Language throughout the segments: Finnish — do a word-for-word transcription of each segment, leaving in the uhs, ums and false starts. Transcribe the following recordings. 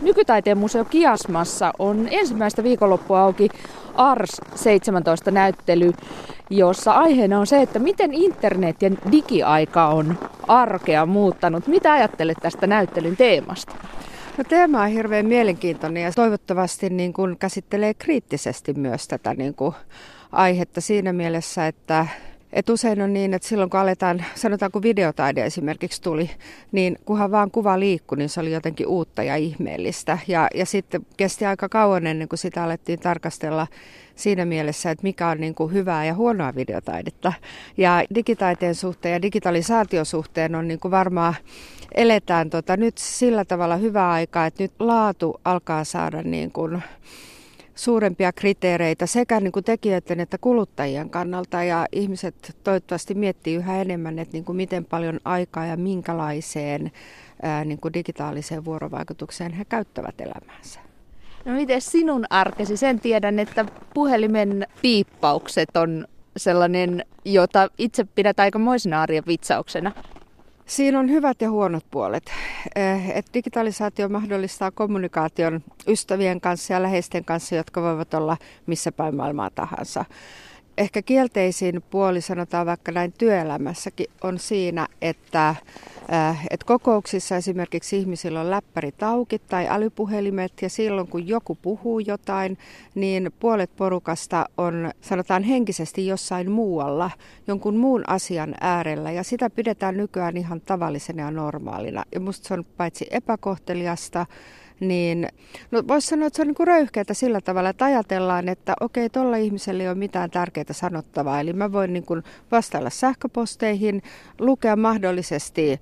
Nykytaiteen museo Kiasmassa on ensimmäistä viikonloppua auki Ars seitsemäntoista-näyttely, jossa aiheena on se, että miten internet ja digiaika on arkea muuttanut. Mitä ajattelet tästä näyttelyn teemasta? No, teema on hirveän mielenkiintoinen ja toivottavasti niin kuin käsittelee kriittisesti myös tätä niin kuin aihetta siinä mielessä, että Et usein on niin, että silloin kun aletaan, sanotaan kun videotaide esimerkiksi tuli, niin kunhan vaan kuva liikkui, niin se oli jotenkin uutta ja ihmeellistä. Ja, ja sitten kesti aika kauan ennen kuin sitä alettiin tarkastella siinä mielessä, että mikä on niin kuin hyvää ja huonoa videotaidetta. Ja digitaiteen suhteen ja digitalisaation suhteen on niin kuin varmaan eletään tota nyt sillä tavalla hyvää aikaa, että nyt laatu alkaa saada niin kuin suurempia kriteereitä sekä niin kuin tekijöiden että kuluttajien kannalta, ja ihmiset toivottavasti miettii yhä enemmän, että niin kuin miten paljon aikaa ja minkälaiseen ää, niin kuin digitaaliseen vuorovaikutukseen he käyttävät elämäänsä. No miten sinun arkesi? Sen tiedän, että puhelimen piippaukset on sellainen, jota itse pidät aikamoisena arjen vitsauksena. Siinä on hyvät ja huonot puolet. Et digitalisaatio mahdollistaa kommunikaation ystävien kanssa ja läheisten kanssa, jotka voivat olla missä päin maailmaa tahansa. Ehkä kielteisin puoli, sanotaan vaikka näin työelämässäkin, on siinä, että, että kokouksissa esimerkiksi ihmisillä on läppärit auki tai älypuhelimet, ja silloin kun joku puhuu jotain, niin puolet porukasta on, sanotaan henkisesti jossain muualla, jonkun muun asian äärellä, ja sitä pidetään nykyään ihan tavallisena ja normaalina. Ja musta se on paitsi epäkohteliasta, niin no voisi sanoa, että se on niin kuin röyhkeätä sillä tavalla, että ajatellaan, että okei, tuolla ihmisellä ei ole mitään tärkeää sanottavaa. Eli mä voin niin kuin vastailla sähköposteihin, lukea mahdollisesti ä,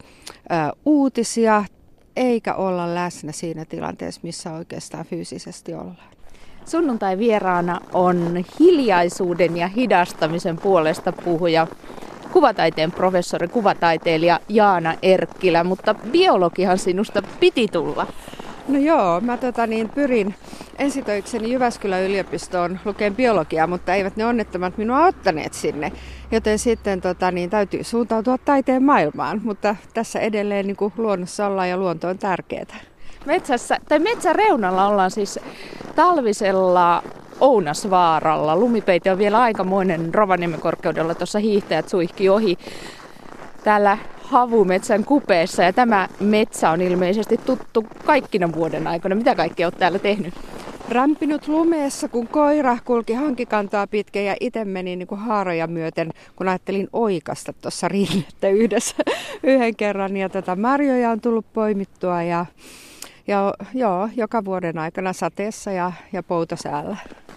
uutisia, eikä olla läsnä siinä tilanteessa, missä oikeastaan fyysisesti ollaan. Sunnuntai vieraana on hiljaisuuden ja hidastamisen puolesta puhuja, kuvataiteen professori, kuvataiteilija Jaana Erkkilä, mutta biologihan sinusta piti tulla. No joo, mä tota, niin, pyrin ensitöikseni Jyväskylän yliopistoon lukeen biologiaa, mutta eivät ne onnettomat minua ottaneet sinne. Joten sitten tota, niin, täytyy suuntautua taiteen maailmaan, mutta tässä edelleen niin kuin luonnossa ollaan ja luonto on tärkeää. Metsässä, tai metsän reunalla ollaan siis talvisella Ounasvaaralla. Lumipeite on vielä aikamoinen Rovaniemen korkeudella, tuossa hiihtäjät suihki ohi. Täällä havumetsän kupeessa, ja tämä metsä on ilmeisesti tuttu kaikkina vuoden aikana. Mitä kaikkea olet täällä tehnyt? Rämpinyt lumeessa, kun koira kulki hankikantaa pitkin, ja itse meni niin kuin haaroja myöten, kun ajattelin oikasta tuossa rinnettä yhdessä yhden kerran. Ja tätä marjoja on tullut poimittua ja, ja joo, joka vuoden aikana sateessa ja, ja poutasäällä.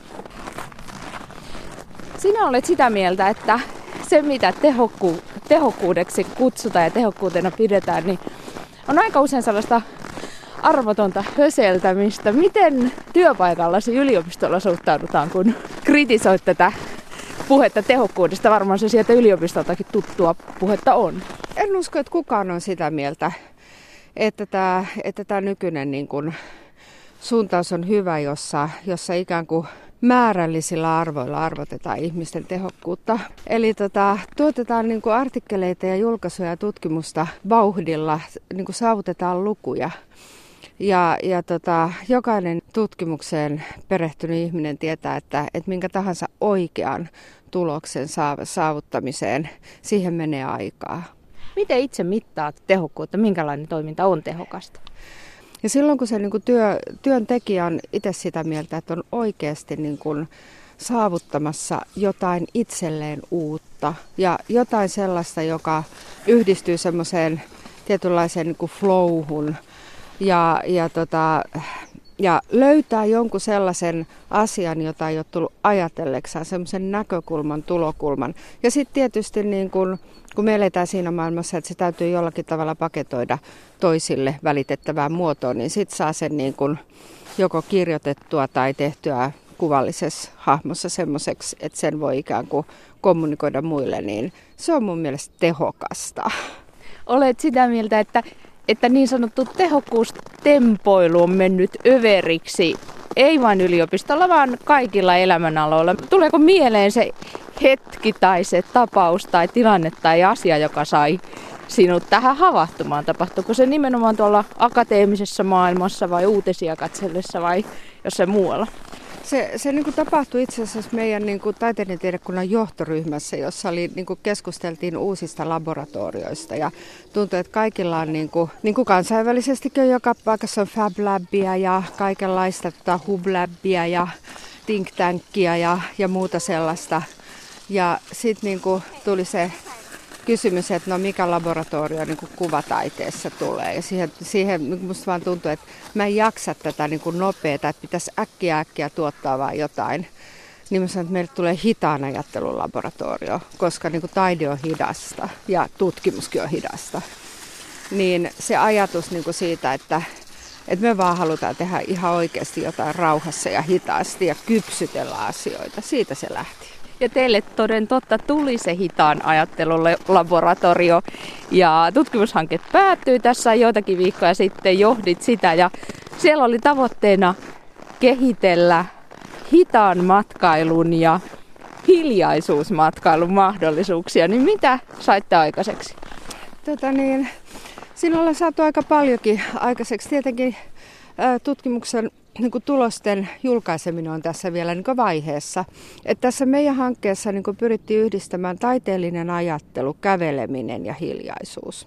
Sinä olet sitä mieltä, että se mitä tehokku, tehokkuudeksi kutsutaan ja tehokkuutena pidetään, niin on aika usein sellaista arvotonta höseltämistä. Miten työpaikallasi yliopistolla suhtaudutaan, kun kritisoit tätä puhetta tehokkuudesta? Varmaan se sieltä yliopistoltakin tuttua puhetta on. En usko, että kukaan on sitä mieltä, että tämä, että tämä nykyinen niin kuin suuntaus on hyvä, jossa, jossa ikään kuin määrällisillä arvoilla arvotetaan ihmisten tehokkuutta. Eli tota, tuotetaan niin kuin artikkeleita ja julkaisuja ja tutkimusta vauhdilla, niin kuin saavutetaan lukuja. Ja, ja tota, jokainen tutkimukseen perehtynyt ihminen tietää, että, että minkä tahansa oikean tuloksen saavuttamiseen siihen menee aikaa. Miten itse mittaat tehokkuutta? Minkälainen toiminta on tehokasta? Ja silloin kun se niin kuin työ, työntekijä on itse sitä mieltä, että on oikeasti niin kuin saavuttamassa jotain itselleen uutta ja jotain sellaista, joka yhdistyy semmoiseen tietynlaiseen niin kuin flowhun ja, ja, tota, ja löytää jonkun sellaisen asian, jota ei ole tullut ajatelleksaan, semmoisen näkökulman, tulokulman. Ja sitten tietysti niin kuin kun me eletään siinä maailmassa, että se täytyy jollakin tavalla paketoida toisille välitettävään muotoon, niin sitten saa sen niin kuin joko kirjoitettua tai tehtyä kuvallisessa hahmossa semmoiseksi, että sen voi ikään kuin kommunikoida muille, niin se on mun mielestä tehokasta. Olet sitä mieltä, että, että niin sanottu tehokkuustempoilu on mennyt överiksi, ei vain yliopistolla, vaan kaikilla elämänaloilla. Tuleeko mieleen se hetki tai se tapaus tai tilanne tai asia, joka sai sinut tähän havahtumaan? Tapahtuuko se nimenomaan tuolla akateemisessa maailmassa vai uutisia katsellessa vai jossain muualla? Se, se niin kuin tapahtui itse asiassa meidän niin kuin taiteiden tiedekunnan johtoryhmässä, jossa oli, niin kuin keskusteltiin uusista laboratorioista ja tuntui, että kaikilla on niin kuin, niin kuin kansainvälisestikin joka paikassa on Fab Labia ja kaikenlaista tota, Hub Labia ja Think Tankia ja, ja muuta sellaista. Ja sitten niin kuin tuli se kysymys, että no mikä laboratorio niin kuin kuvataiteessa tulee. Ja siihen, siihen musta vaan tuntuu, että mä en jaksa tätä niin kuin nopeata, että pitäisi äkkiä äkkiä tuottaa vaan jotain. Niin mä sanon, että meille tulee hitaan ajattelun laboratorio, koska niin kuin taide on hidasta ja tutkimuskin on hidasta. Niin se ajatus niin kuin siitä, että, että me vaan halutaan tehdä ihan oikeasti jotain rauhassa ja hitaasti ja kypsytellä asioita, siitä se lähti. Ja teille toden totta tuli se hitaan ajattelun laboratorio ja tutkimushanke päättyi tässä joitakin viikkoja sitten, johdit sitä ja siellä oli tavoitteena kehitellä hitaan matkailun ja hiljaisuusmatkailun mahdollisuuksia. Niin mitä saitte aikaiseksi? Tota niin, siinä ollaan saatu aika paljonkin aikaiseksi. Tietenkin ä, tutkimuksen niin kuin tulosten julkaiseminen on tässä vielä niin kuin vaiheessa. Et tässä meidän hankkeessa niin kuin pyrittiin yhdistämään taiteellinen ajattelu, käveleminen ja hiljaisuus.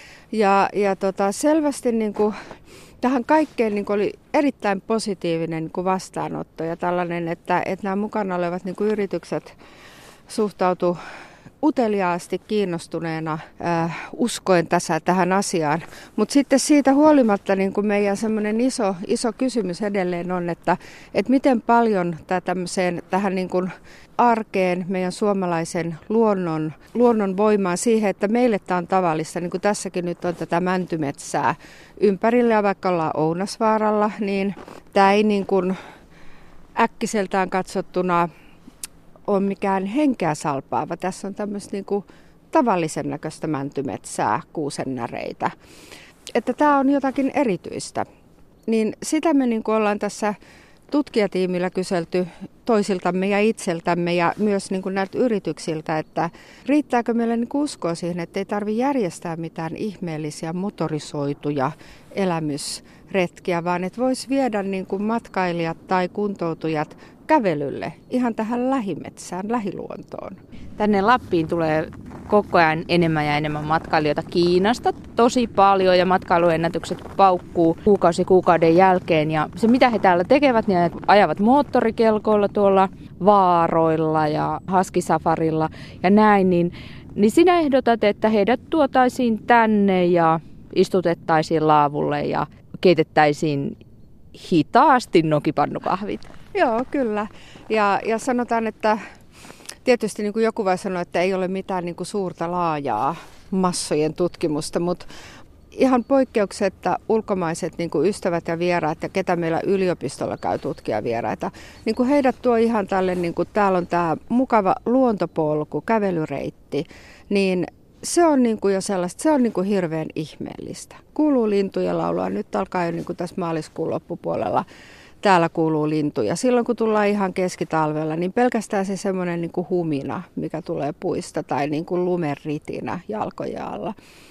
Ja, ja tota, selvästi niin kuin, tähän kaikkeen niin kuin oli erittäin positiivinen niin kuin vastaanotto ja tällainen, että, että nämä mukana olevat niin kuin yritykset suhtautuivat uteliaasti kiinnostuneena äh, uskoen tässä tähän asiaan. Mutta sitten siitä huolimatta niin kun meidän semmoinen iso, iso kysymys edelleen on, että, että miten paljon tää tämmöiseen, tähän niin kun arkeen, meidän suomalaisen luonnon, luonnon voimaan siihen, että meille tämä on tavallista. Niin kuin tässäkin nyt on tätä mäntymetsää ympärillä ja vaikka ollaan Ounasvaaralla, niin tämä ei niin kun äkkiseltään katsottuna on mikään henkeä salpaava. Tässä on tämmöistä niin kuin tavallisen näköistä mäntymetsää, kuusennäreitä. Että tämä on jotakin erityistä. Niin sitä me niin kuin ollaan tässä tutkijatiimillä kyselty toisiltamme ja itseltämme ja myös niin kuin näiltä yrityksiltä, että riittääkö meille niin kuin uskoa siihen, että ei tarvitse järjestää mitään ihmeellisiä motorisoituja elämysretkiä, vaan että voisi viedä niin kuin matkailijat tai kuntoutujat kävelylle ihan tähän lähimetsään, lähiluontoon. Tänne Lappiin tulee koko ajan enemmän ja enemmän matkailijoita Kiinasta tosi paljon ja matkailuennätykset paukkuu kuukausi kuukauden jälkeen. Ja se mitä he täällä tekevät, niin he ajavat moottorikelkoilla tuolla vaaroilla ja haskisafarilla ja näin. Niin, niin sinä ehdotat, että heidät tuotaisiin tänne ja istutettaisiin laavulle ja keitettäisiin hitaasti nokipannukahvit. Joo, kyllä. Ja, ja sanotaan, että tietysti niin kuin joku voi sanoa, että ei ole mitään niin kuin suurta laajaa massojen tutkimusta, mutta ihan poikkeuksetta ulkomaiset niin kuin ystävät ja vieraat ja ketä meillä yliopistolla käy tutkijavieraita, niin kuin heidät tuo ihan tälle, niin kuin täällä on tämä mukava luontopolku, kävelyreitti, niin se on niin kuin jo sellaista, se on niin kuin hirveän ihmeellistä. Kuuluu lintujen laulua, nyt alkaa jo niin kuin tässä maaliskuun loppupuolella. Täällä kuuluu lintuja. Silloin kun tullaan ihan keskitalvella, niin pelkästään se semmoinen niin kuin humina, mikä tulee puista tai niin kuin lumenritinä jalkojen alla.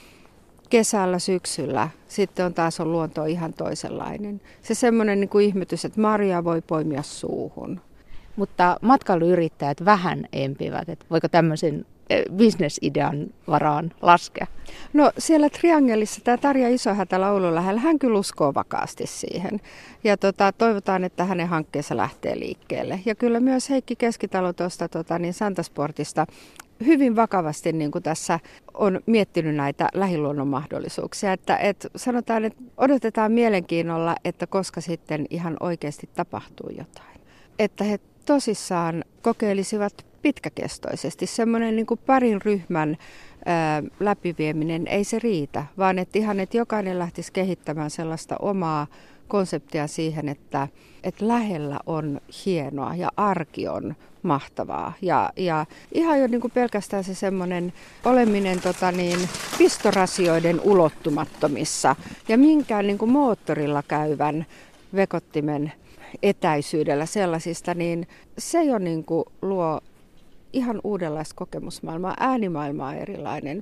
Kesällä, syksyllä, sitten on taas on luonto ihan toisenlainen. Se semmoinen niin kuin ihmetys, että marjaa voi poimia suuhun. Mutta matkailuyrittäjät vähän empivät, että voiko tämmöisen bisnesidean varaan laskea? No siellä Triangelissa tämä Tarja Isohätälä Oulun lähellä, hän kyllä uskoo vakaasti siihen. Ja tota, toivotaan, että hänen hankkeensa lähtee liikkeelle. Ja kyllä myös Heikki Keskitalo tuosta tota, niin Santasportista hyvin vakavasti niin kuin tässä on miettinyt näitä lähiluonnon mahdollisuuksia. Että, et sanotaan, että odotetaan mielenkiinnolla, että koska sitten ihan oikeasti tapahtuu jotain. Että he tosissaan kokeilisivat pitkäkestoisesti. Semmoinen niin kuin parin ryhmän ää, läpivieminen ei se riitä, vaan että ihan, että jokainen lähtisi kehittämään sellaista omaa konseptia siihen, että, että lähellä on hienoa ja arki on mahtavaa. Ja, ja ihan jo niin kuin pelkästään se semmoinen oleminen tota niin, pistorasioiden ulottumattomissa ja minkään niin kuin moottorilla käyvän vekottimen etäisyydellä sellaisista, niin se jo niin kuin luo ihan uudenlaista kokemusmaailmaa, äänimaailmaa erilainen.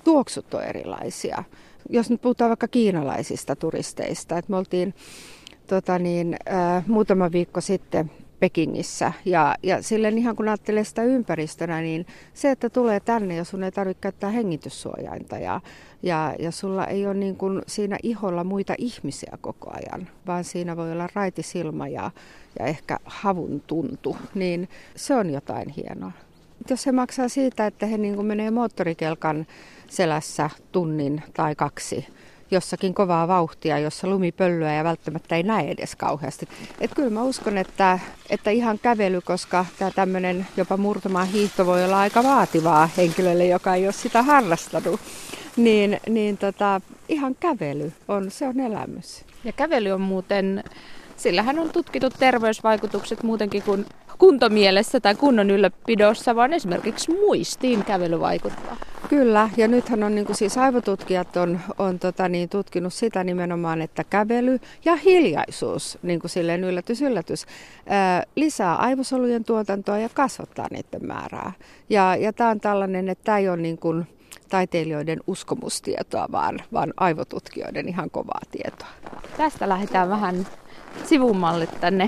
tuoksut on erilaisia. Jos nyt puhutaan vaikka kiinalaisista turisteista, että me oltiin tota niin, ää, muutama viikko sitten Pekingissä ja, ja silleen ihan kun ajattelee sitä ympäristönä, niin se, että tulee tänne ja sun ei tarvitse käyttää hengityssuojainta ja, ja, ja sulla ei ole niin kuin siinä iholla muita ihmisiä koko ajan, vaan siinä voi olla raitisilma ja, ja ehkä havun tuntu, niin se on jotain hienoa. Jos he maksaa siitä, että he niin kuin menee moottorikelkan selässä tunnin tai kaksi jossakin kovaa vauhtia, jossa lumi pöllyää ja välttämättä ei näe edes kauheasti. Et kyllä mä uskon, että, että ihan kävely, koska tämä tämmöinen jopa murtumaan hiihto voi olla aika vaativaa henkilölle, joka ei ole sitä harrastanut, niin, niin tota, ihan kävely on, se on elämys. Ja kävely on muuten, sillähän on tutkitut terveysvaikutukset muutenkin kuin kuntomielessä tai kunnon ylläpidossa, vaan esimerkiksi muistiin kävely vaikuttaa. Kyllä, ja nythän on niin kuin siis aivotutkijat on, on tota niin, tutkinut sitä nimenomaan, että kävely ja hiljaisuus, niin kuin silleen yllätys, yllätys, ää, lisää aivosolujen tuotantoa ja kasvattaa niiden määrää. Ja, ja tämä on tällainen, että tämä ei ole niin kuin taiteilijoiden uskomustietoa, vaan, vaan aivotutkijoiden ihan kovaa tietoa. Tästä lähdetään vähän sivummalle tänne.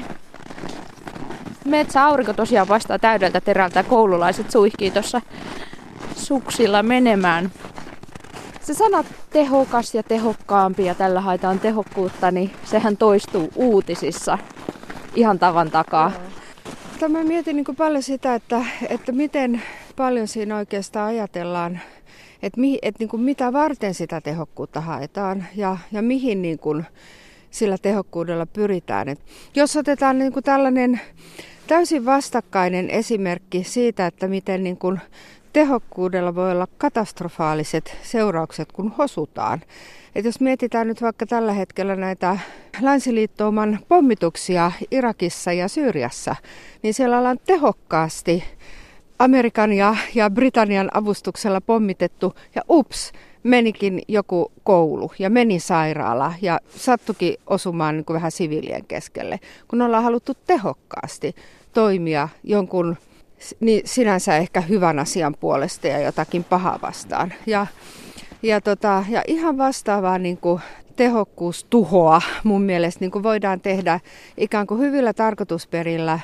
Metsäaurinko tosiaan vastaa täydeltä terältä ja koululaiset suihkii tuossa suksilla menemään. Se sana tehokas ja tehokkaampi ja tällä haetaan tehokkuutta, niin sehän toistuu uutisissa ihan tavan takaa. Mä mietin niin kuin paljon sitä, että, että miten paljon siinä oikeastaan ajatellaan, että, mi, että niin kuin mitä varten sitä tehokkuutta haetaan ja, ja mihin niin kuin sillä tehokkuudella pyritään. Et jos otetaan niin kuin tällainen täysin vastakkainen esimerkki siitä, että miten niin kuin tehokkuudella voi olla katastrofaaliset seuraukset, kun hosutaan. Et jos mietitään nyt vaikka tällä hetkellä näitä länsiliittouman pommituksia Irakissa ja Syyriassa, niin siellä ollaan tehokkaasti Amerikan ja, ja Britannian avustuksella pommitettu ja ups, menikin joku koulu ja meni sairaala ja sattukin osumaan niin kuin vähän siviilien keskelle, kun ollaan haluttu tehokkaasti toimia jonkun niin sinänsä ehkä hyvän asian puolesta ja jotakin pahaa vastaan. Ja, ja, tota, ja ihan vastaavaa niin kuin tehokkuustuhoa mun mielestä niin kuin voidaan tehdä ikään kuin hyvillä tarkoitusperillä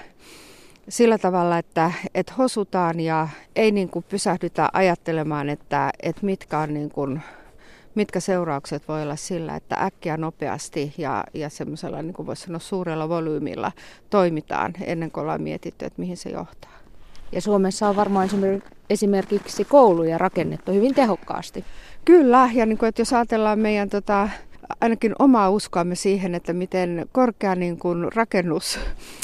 sillä tavalla, että, että hosutaan ja ei niin kuin pysähdytä ajattelemaan, että, että mitkä, on niin kuin, mitkä seuraukset voi olla sillä, että äkkiä nopeasti ja, ja semmoisella, niin kuin voisi sanoa, suurella volyymilla toimitaan ennen kuin ollaan mietitty, että mihin se johtaa. Ja Suomessa on varmaan esimerkiksi kouluja rakennettu hyvin tehokkaasti. Kyllä, ja niin kuin, että jos ajatellaan meidän tota, ainakin omaa uskoamme siihen, että miten korkea niin kuin rakennus,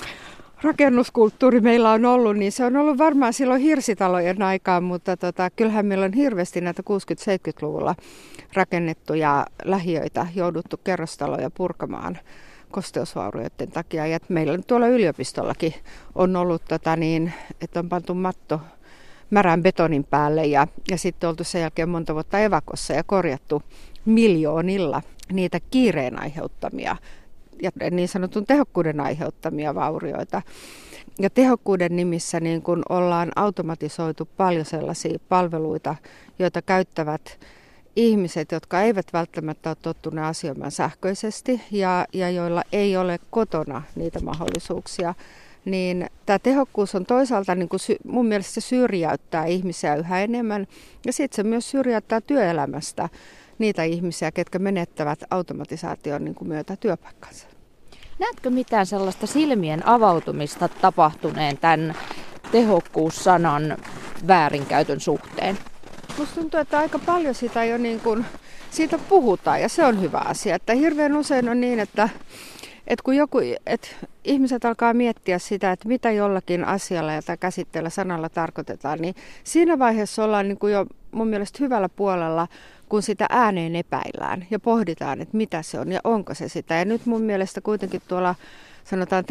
rakennuskulttuuri meillä on ollut, niin se on ollut varmaan silloin hirsitalojen aikaan, mutta tota, kyllähän meillä on hirveästi näitä kuusikymmentä-seitsemänkymmentäluvulla rakennettuja lähiöitä jouduttu kerrostaloja purkamaan kosteusvaurioiden takia. Ja meillä nyt tuolla yliopistollakin on ollut, tota niin, että on pantu matto märän betonin päälle ja, ja sitten oltu sen jälkeen monta vuotta evakossa ja korjattu miljoonilla niitä kiireen aiheuttamia ja niin sanotun tehokkuuden aiheuttamia vaurioita. Ja tehokkuuden nimissä niin kun ollaan automatisoitu paljon sellaisia palveluita, joita käyttävät ihmiset, jotka eivät välttämättä ole tottuneet asioimaan sähköisesti ja, ja joilla ei ole kotona niitä mahdollisuuksia, niin tämä tehokkuus on toisaalta niin kuin mun mielestä se syrjäyttää ihmisiä yhä enemmän ja sitten se myös syrjäyttää työelämästä niitä ihmisiä, ketkä menettävät automatisaation niin kuin myötä työpaikkansa. Näetkö mitään sellaista silmien avautumista tapahtuneen tämän tehokkuussanan väärinkäytön suhteen? Musta tuntuu, että aika paljon sitä jo niin kuin, siitä puhutaan ja se on hyvä asia. Että hirveän usein on niin, että, että kun joku, että ihmiset alkaa miettiä sitä, että mitä jollakin asialla ja käsitteellä sanalla tarkoitetaan, niin siinä vaiheessa ollaan niin kuin jo mun mielestä hyvällä puolella, kun sitä ääneen epäillään ja pohditaan, että mitä se on ja onko se sitä. Ja nyt mun mielestä kuitenkin tuolla sanotaan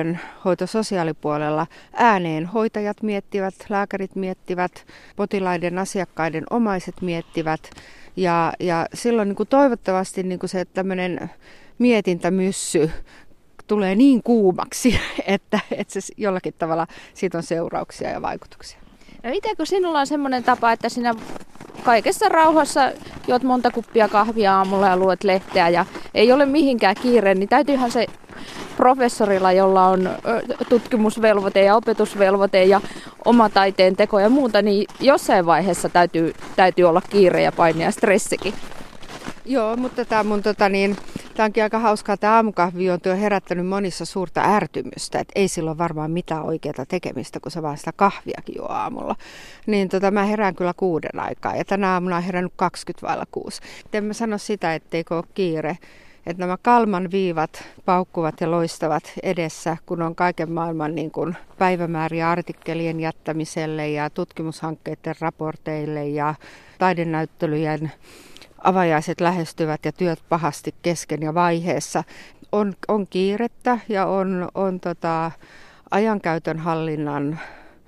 terveydenhoito-sosiaalipuolella ääneen hoitajat miettivät, lääkärit miettivät, potilaiden asiakkaiden omaiset miettivät. Ja, ja silloin niin kuin toivottavasti niin kuin se tämmöinen mietintämyssy tulee niin kuumaksi, että, että se jollakin tavalla siitä on seurauksia ja vaikutuksia. No itse kun sinulla on semmoinen tapa, että sinä kaikessa rauhassa juot monta kuppia kahvia aamulla ja luet lehteä ja ei ole mihinkään kiire, niin täytyyhän se professorilla, jolla on tutkimusvelvoite ja opetusvelvoite ja oma taiteen teko ja muuta, niin jossain vaiheessa täytyy, täytyy olla kiire ja paine ja stressikin. Joo, mutta tämä mun tota niin, tämä onkin aika hauskaa, tämä aamukahvi on työ herättänyt monissa suurta ärtymystä, että ei sillä ole varmaan mitään oikeaa tekemistä, kun sä vaan sitä kahviakin juo aamulla. Niin tota, mä herään kyllä kuuden aikaa ja tänä aamuna on herännyt kaksikymmentä vailla kuusi. En mä sano sitä, etteikö ole kiire, että nämä Kalman viivat paukkuvat ja loistavat edessä, kun on kaiken maailman niin kuin päivämääriä artikkelien jättämiselle ja tutkimushankkeiden raporteille ja taidenäyttelyjen avajaiset lähestyvät ja työt pahasti kesken ja vaiheessa. On, on kiirettä ja on, on tota, ajankäytön hallinnan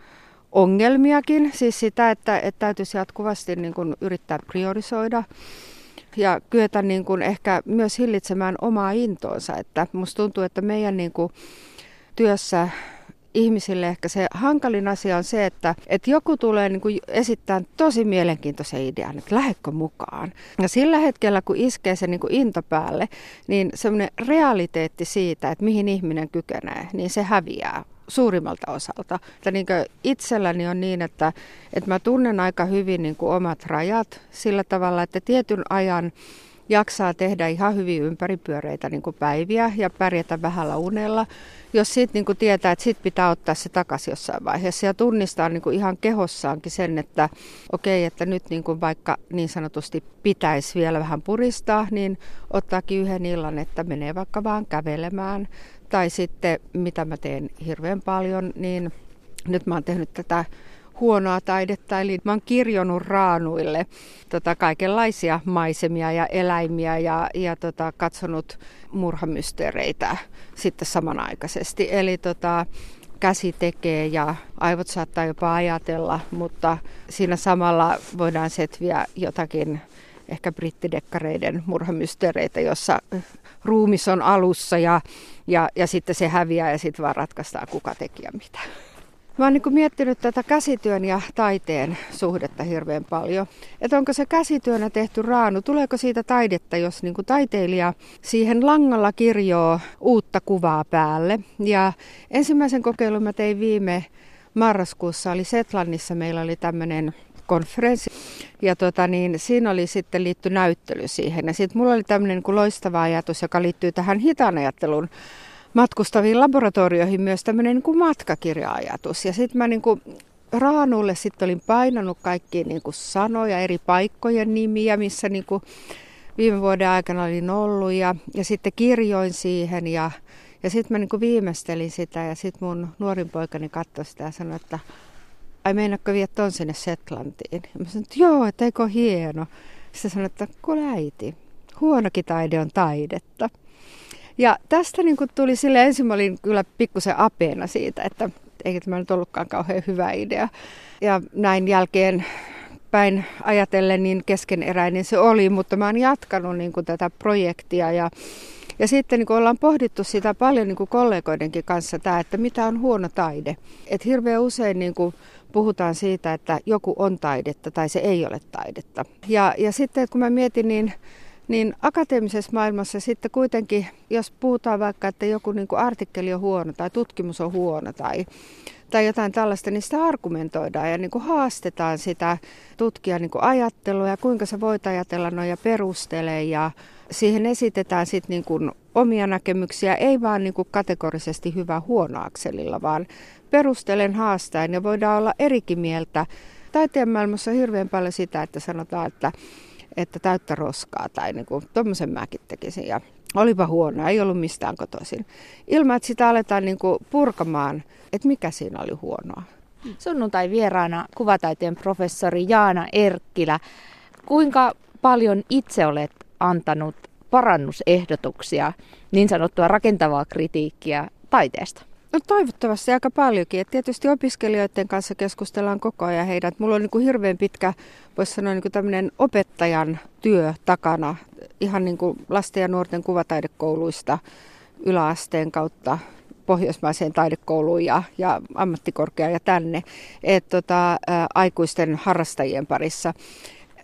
ongelmiakin. Siis sitä, että, että täytyisi jatkuvasti niin kuin yrittää priorisoida ja kyetä niin kuin ehkä myös hillitsemään omaa intoonsa. Että musta tuntuu, että meidän niin kuin työssä ihmisille ehkä se hankalin asia on se, että, että joku tulee niin kuin esittämään tosi mielenkiintoisen idean, että lähdekö mukaan. Ja sillä hetkellä, kun iskee se niin kuin into päälle, niin semmoinen realiteetti siitä, että mihin ihminen kykenee, niin se häviää suurimmalta osalta. Että niin kuin itselläni on niin, että, että mä tunnen aika hyvin niin kuin omat rajat sillä tavalla, että tietyn ajan jaksaa tehdä ihan hyvin ympäripyöreitä niin kuin päiviä ja pärjätä vähällä unella. Jos sitten niin kuin tietää, että sit pitää ottaa se takaisin jossain vaiheessa ja tunnistaa niin kuin ihan kehossaankin sen, että okei, että nyt niin kuin vaikka niin sanotusti pitäisi vielä vähän puristaa, niin ottaakin yhden illan, että menee vaikka vaan kävelemään. Tai sitten, mitä mä teen hirveän paljon, niin nyt mä oon tehnyt tätä huonoa taidetta, eli mä oon kirjonut raanuille tota, kaikenlaisia maisemia ja eläimiä ja, ja tota, katsonut murhamysteereitä sitten samanaikaisesti. Eli tota, käsi tekee ja aivot saattaa jopa ajatella, mutta siinä samalla voidaan setviä jotakin ehkä brittidekkareiden murhamysteereitä, jossa ruumis on alussa ja, ja, ja sitten se häviää ja sitten vaan ratkaistaan kuka teki ja mitä. Mä oon niin kuin miettinyt tätä käsityön ja taiteen suhdetta hirveän paljon. Että onko se käsityönä tehty raanu, tuleeko siitä taidetta, jos niin kuin taiteilija siihen langalla kirjoo uutta kuvaa päälle. Ja ensimmäisen kokeilun mä tein viime marraskuussa, oli Setlannissa, meillä oli tämmöinen konferenssi. Ja tota niin, siinä oli sitten liitty näyttely siihen. Ja sitten mulla oli tämmöinen niin kuin loistava ajatus, joka liittyy tähän hitaan ajattelun matkustaviin laboratorioihin, myös tämmöinen niin kuin matkakirja-ajatus. Ja sitten mä niin kuin raanulle sitten olin painanut kaikkia niin kuin sanoja, eri paikkojen nimiä, missä niin kuin viime vuoden aikana olin ollut. Ja, ja sitten kirjoin siihen ja, ja sitten mä niin kuin viimeistelin sitä. Ja sitten mun nuorin poikani katsoi sitä ja sanoi, että ai meinaatko viedä ton sinne Setlantiin? Ja mä sanoin, että joo, että eikö ole hieno. Sitten sanoi, että kuule äiti, huonokin taide on taidetta. Ja tästä niin kuin tuli sille, ensin mä olin kyllä pikkusen apeena siitä, että eikä tämä nyt ollutkaan kauhean hyvä idea. Ja näin jälkeen päin ajatellen niin keskeneräinen se oli, mutta mä oon jatkanut niin kuin tätä projektia ja, ja sitten niin kuin ollaan pohdittu sitä paljon niin kuin kollegoidenkin kanssa, tämä, että mitä on huono taide. Et hirveän usein niin kuin puhutaan siitä, että joku on taidetta tai se ei ole taidetta. Ja, ja sitten että kun mä mietin, niin Niin akateemisessa maailmassa sitten kuitenkin, jos puhutaan vaikka, että joku niin kuin artikkeli on huono tai tutkimus on huono tai, tai jotain tällaista, niin sitä argumentoidaan ja niin kuin haastetaan sitä tutkijan niin kuin ajattelua ja kuinka sä voit ajatella noin ja perustele ja siihen esitetään sitten niin kuin omia näkemyksiä, ei vaan niin kuin kategorisesti hyvä huono akselilla, vaan perustelen haastaen ja voidaan olla erikin mieltä. Taiteen maailmassa on hirveän paljon sitä, että sanotaan, että että täyttä roskaa tai niin kuin tommosen mäkin tekisin ja olipa huono, ei ollut mistään kotoisin. Ilman, että sitä aletaan niin kuin purkamaan, että mikä siinä oli huonoa. Sunnuntai vieraana kuvataiteen professori Jaana Erkkilä. Kuinka paljon itse olet antanut parannusehdotuksia, niin sanottua rakentavaa kritiikkiä taiteesta? No toivottavasti aika paljonkin. Et tietysti opiskelijoiden kanssa keskustellaan koko ajan heidät. Mulla on niin kuin hirveän pitkä, voisi sanoa niin kuin tämmöinen opettajan työ takana. Ihan niin kuin lasten ja nuorten kuvataidekouluista yläasteen kautta pohjoismaiseen taidekouluun ja, ja ammattikorkeaan ja tänne. Et tota, ä, aikuisten harrastajien parissa.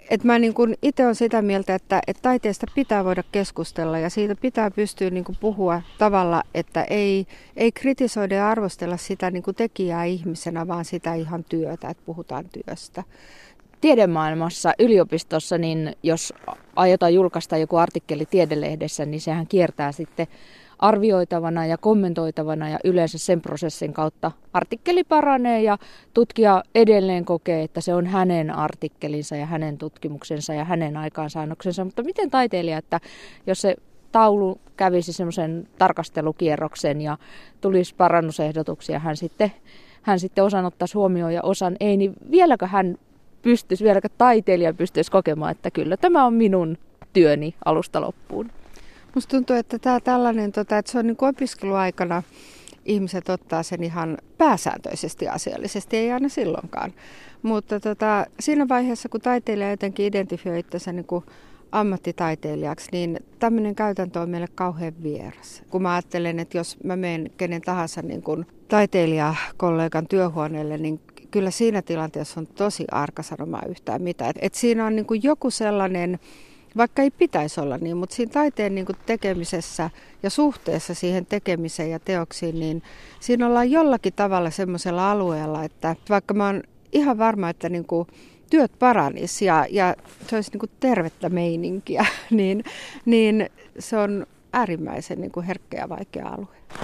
Et mä niin kun itse olen sitä mieltä, että, että taiteesta pitää voida keskustella ja siitä pitää pystyä niin kun puhua tavalla, että ei, ei kritisoida ja arvostella sitä niin kun tekijää ihmisenä, vaan sitä ihan työtä, että puhutaan työstä. Tiedemaailmassa, yliopistossa, niin jos aiotaan julkaista joku artikkeli tiedelehdessä, niin sehän kiertää sitten arvioitavana ja kommentoitavana ja yleensä sen prosessin kautta artikkeli paranee ja tutkija edelleen kokee, että se on hänen artikkelinsa ja hänen tutkimuksensa ja hänen aikaansaannoksensa. Mutta miten taiteilija, että jos se taulu kävisi semmoisen tarkastelukierroksen ja tulisi parannusehdotuksia, hän sitten, hän sitten osan ottaisi huomioon ja osan ei, niin vieläkö hän pystyisi, vieläkö taiteilija pystyisi kokemaan, että kyllä tämä on minun työni alusta loppuun? Musta tuntuu, että tämä tällainen, tota, että se on niin kuin opiskeluaikana ihmiset ottaa sen ihan pääsääntöisesti asiallisesti, ei aina silloinkaan. Mutta tota, siinä vaiheessa, kun taiteilija jotenkin identifioi itsensä niin kuin ammattitaiteilijaksi, niin tämmöinen käytäntö on meille kauhean vieras. Kun mä ajattelen, että jos mä menen kenen tahansa niin kuin taiteilijakollegan työhuoneelle, niin kyllä siinä tilanteessa on tosi arka sanomaan yhtään mitään. Et, et siinä on niin kuin joku sellainen, vaikka ei pitäisi olla niin, mutta siinä taiteen niin kuin tekemisessä ja suhteessa siihen tekemiseen ja teoksiin, niin siinä ollaan jollakin tavalla semmoisella alueella, että vaikka mä oon ihan varma, että niin kuin työt paranisi ja, ja se olisi niin kuin tervettä meininkiä, niin, niin se on äärimmäisen niin kuin herkkä ja vaikea alue.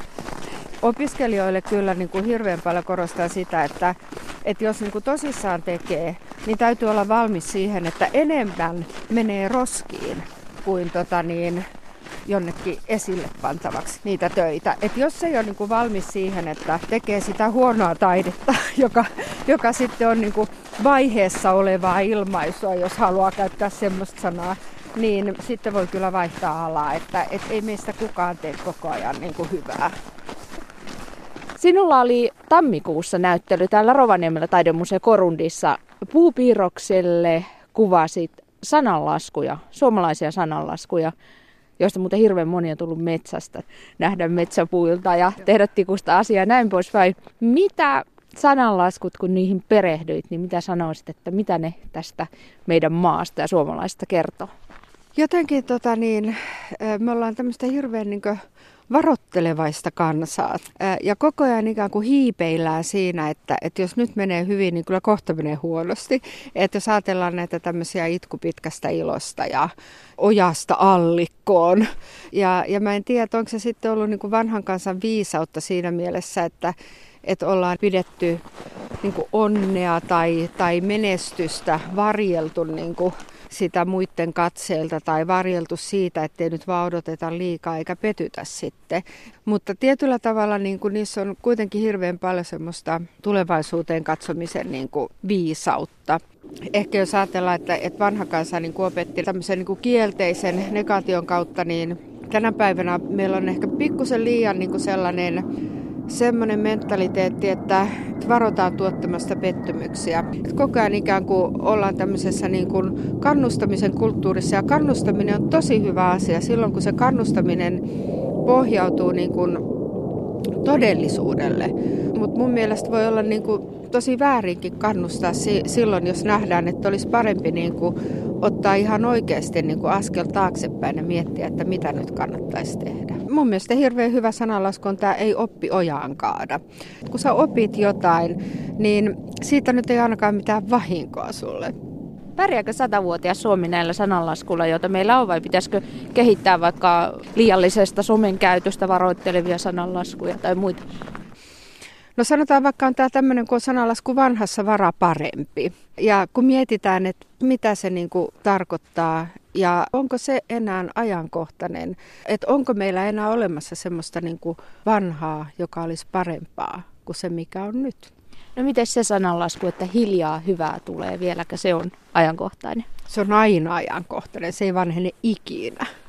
Opiskelijoille kyllä niin kuin hirveän paljon korostaa sitä, että, että jos niin kuin tosissaan tekee, niin täytyy olla valmis siihen, että enemmän menee roskiin kuin tota niin, jonnekin esille pantavaksi niitä töitä. Et jos ei ole niin kuin valmis siihen, että tekee sitä huonoa taidetta, joka, joka sitten on niin kuin vaiheessa olevaa ilmaisua, jos haluaa käyttää semmoista sanaa, niin sitten voi kyllä vaihtaa alaa, että et ei meistä kukaan tee koko ajan niin kuin hyvää. Sinulla oli tammikuussa näyttely täällä Rovaniemellä Taidemuseo Korundissa. Puupiirrokselle kuvasit sananlaskuja, suomalaisia sananlaskuja, joista muuten hirveän moni on tullut metsästä, nähdä metsäpuilta ja tehdä tikusta asiaa ja näin poispäin. Mitä sananlaskut, kun niihin perehdyit, niin mitä sanoisit, että mitä ne tästä meidän maasta ja suomalaisista kertoo? Jotenkin tota niin, me ollaan tämmöistä hirveän niin kuin varoittelevaista kansaa. Ja koko ajan ikään kuin hiipeillään siinä, että, että jos nyt menee hyvin, niin kyllä kohta menee huonosti. Että jos ajatellaan näitä tämmöisiä itkupitkästä ilosta ja ojasta allikkoon. Ja, ja mä en tiedä, onko se sitten ollut niin kuin vanhan kansan viisautta siinä mielessä, että, että ollaan pidetty niin kuin onnea tai, tai menestystä varjeltu niin kuin sitä muiden katseelta tai varjeltu siitä, ettei nyt vaan odoteta liikaa eikä petytä sitten. Mutta tietyllä tavalla niin kuin niissä on kuitenkin hirveän paljon semmoista tulevaisuuteen katsomisen niin kuin viisautta. Ehkä jos ajatellaan, että, että vanha kansa niin kuin opetti tämmöisen niin kuin kielteisen negaation kautta, niin tänä päivänä meillä on ehkä pikkusen liian niin kuin sellainen semmoinen mentaliteetti, että varotaan tuottamasta pettymyksiä. Koko ajan ikään kuin ollaan tämmöisessä niin kuin kannustamisen kulttuurissa ja kannustaminen on tosi hyvä asia silloin, kun se kannustaminen pohjautuu niin kuin todellisuudelle. Mutta mun mielestä voi olla niin kuin tosi väärinkin kannustaa si- silloin, jos nähdään, että olisi parempi niin kuin ottaa ihan oikeasti niin kuin askel taaksepäin ja miettiä, että mitä nyt kannattaisi tehdä. Mun mielestä hirveän hyvä sananlasku on tämä ei oppi ojaan kaada. Kun sä opit jotain, niin siitä nyt ei ainakaan mitään vahinkoa sulle. Pärjääkö satavuotias Suomi näillä sananlaskuilla, joita meillä on, vai pitäisikö kehittää vaikka liiallisesta somen käytöstä varoittelevia sananlaskuja tai muita? No sanotaan vaikka on tämä tämmöinen, kun on sananlasku vanhassa vara parempi. Ja kun mietitään, että mitä se niin kuin tarkoittaa ja onko se enää ajankohtainen, että onko meillä enää olemassa semmoista niin kuin vanhaa, joka olisi parempaa kuin se, mikä on nyt. No miten se sananlasku, että hiljaa hyvää tulee, vieläkö se on ajankohtainen? Se on aina ajankohtainen, se ei vanhene ikinä.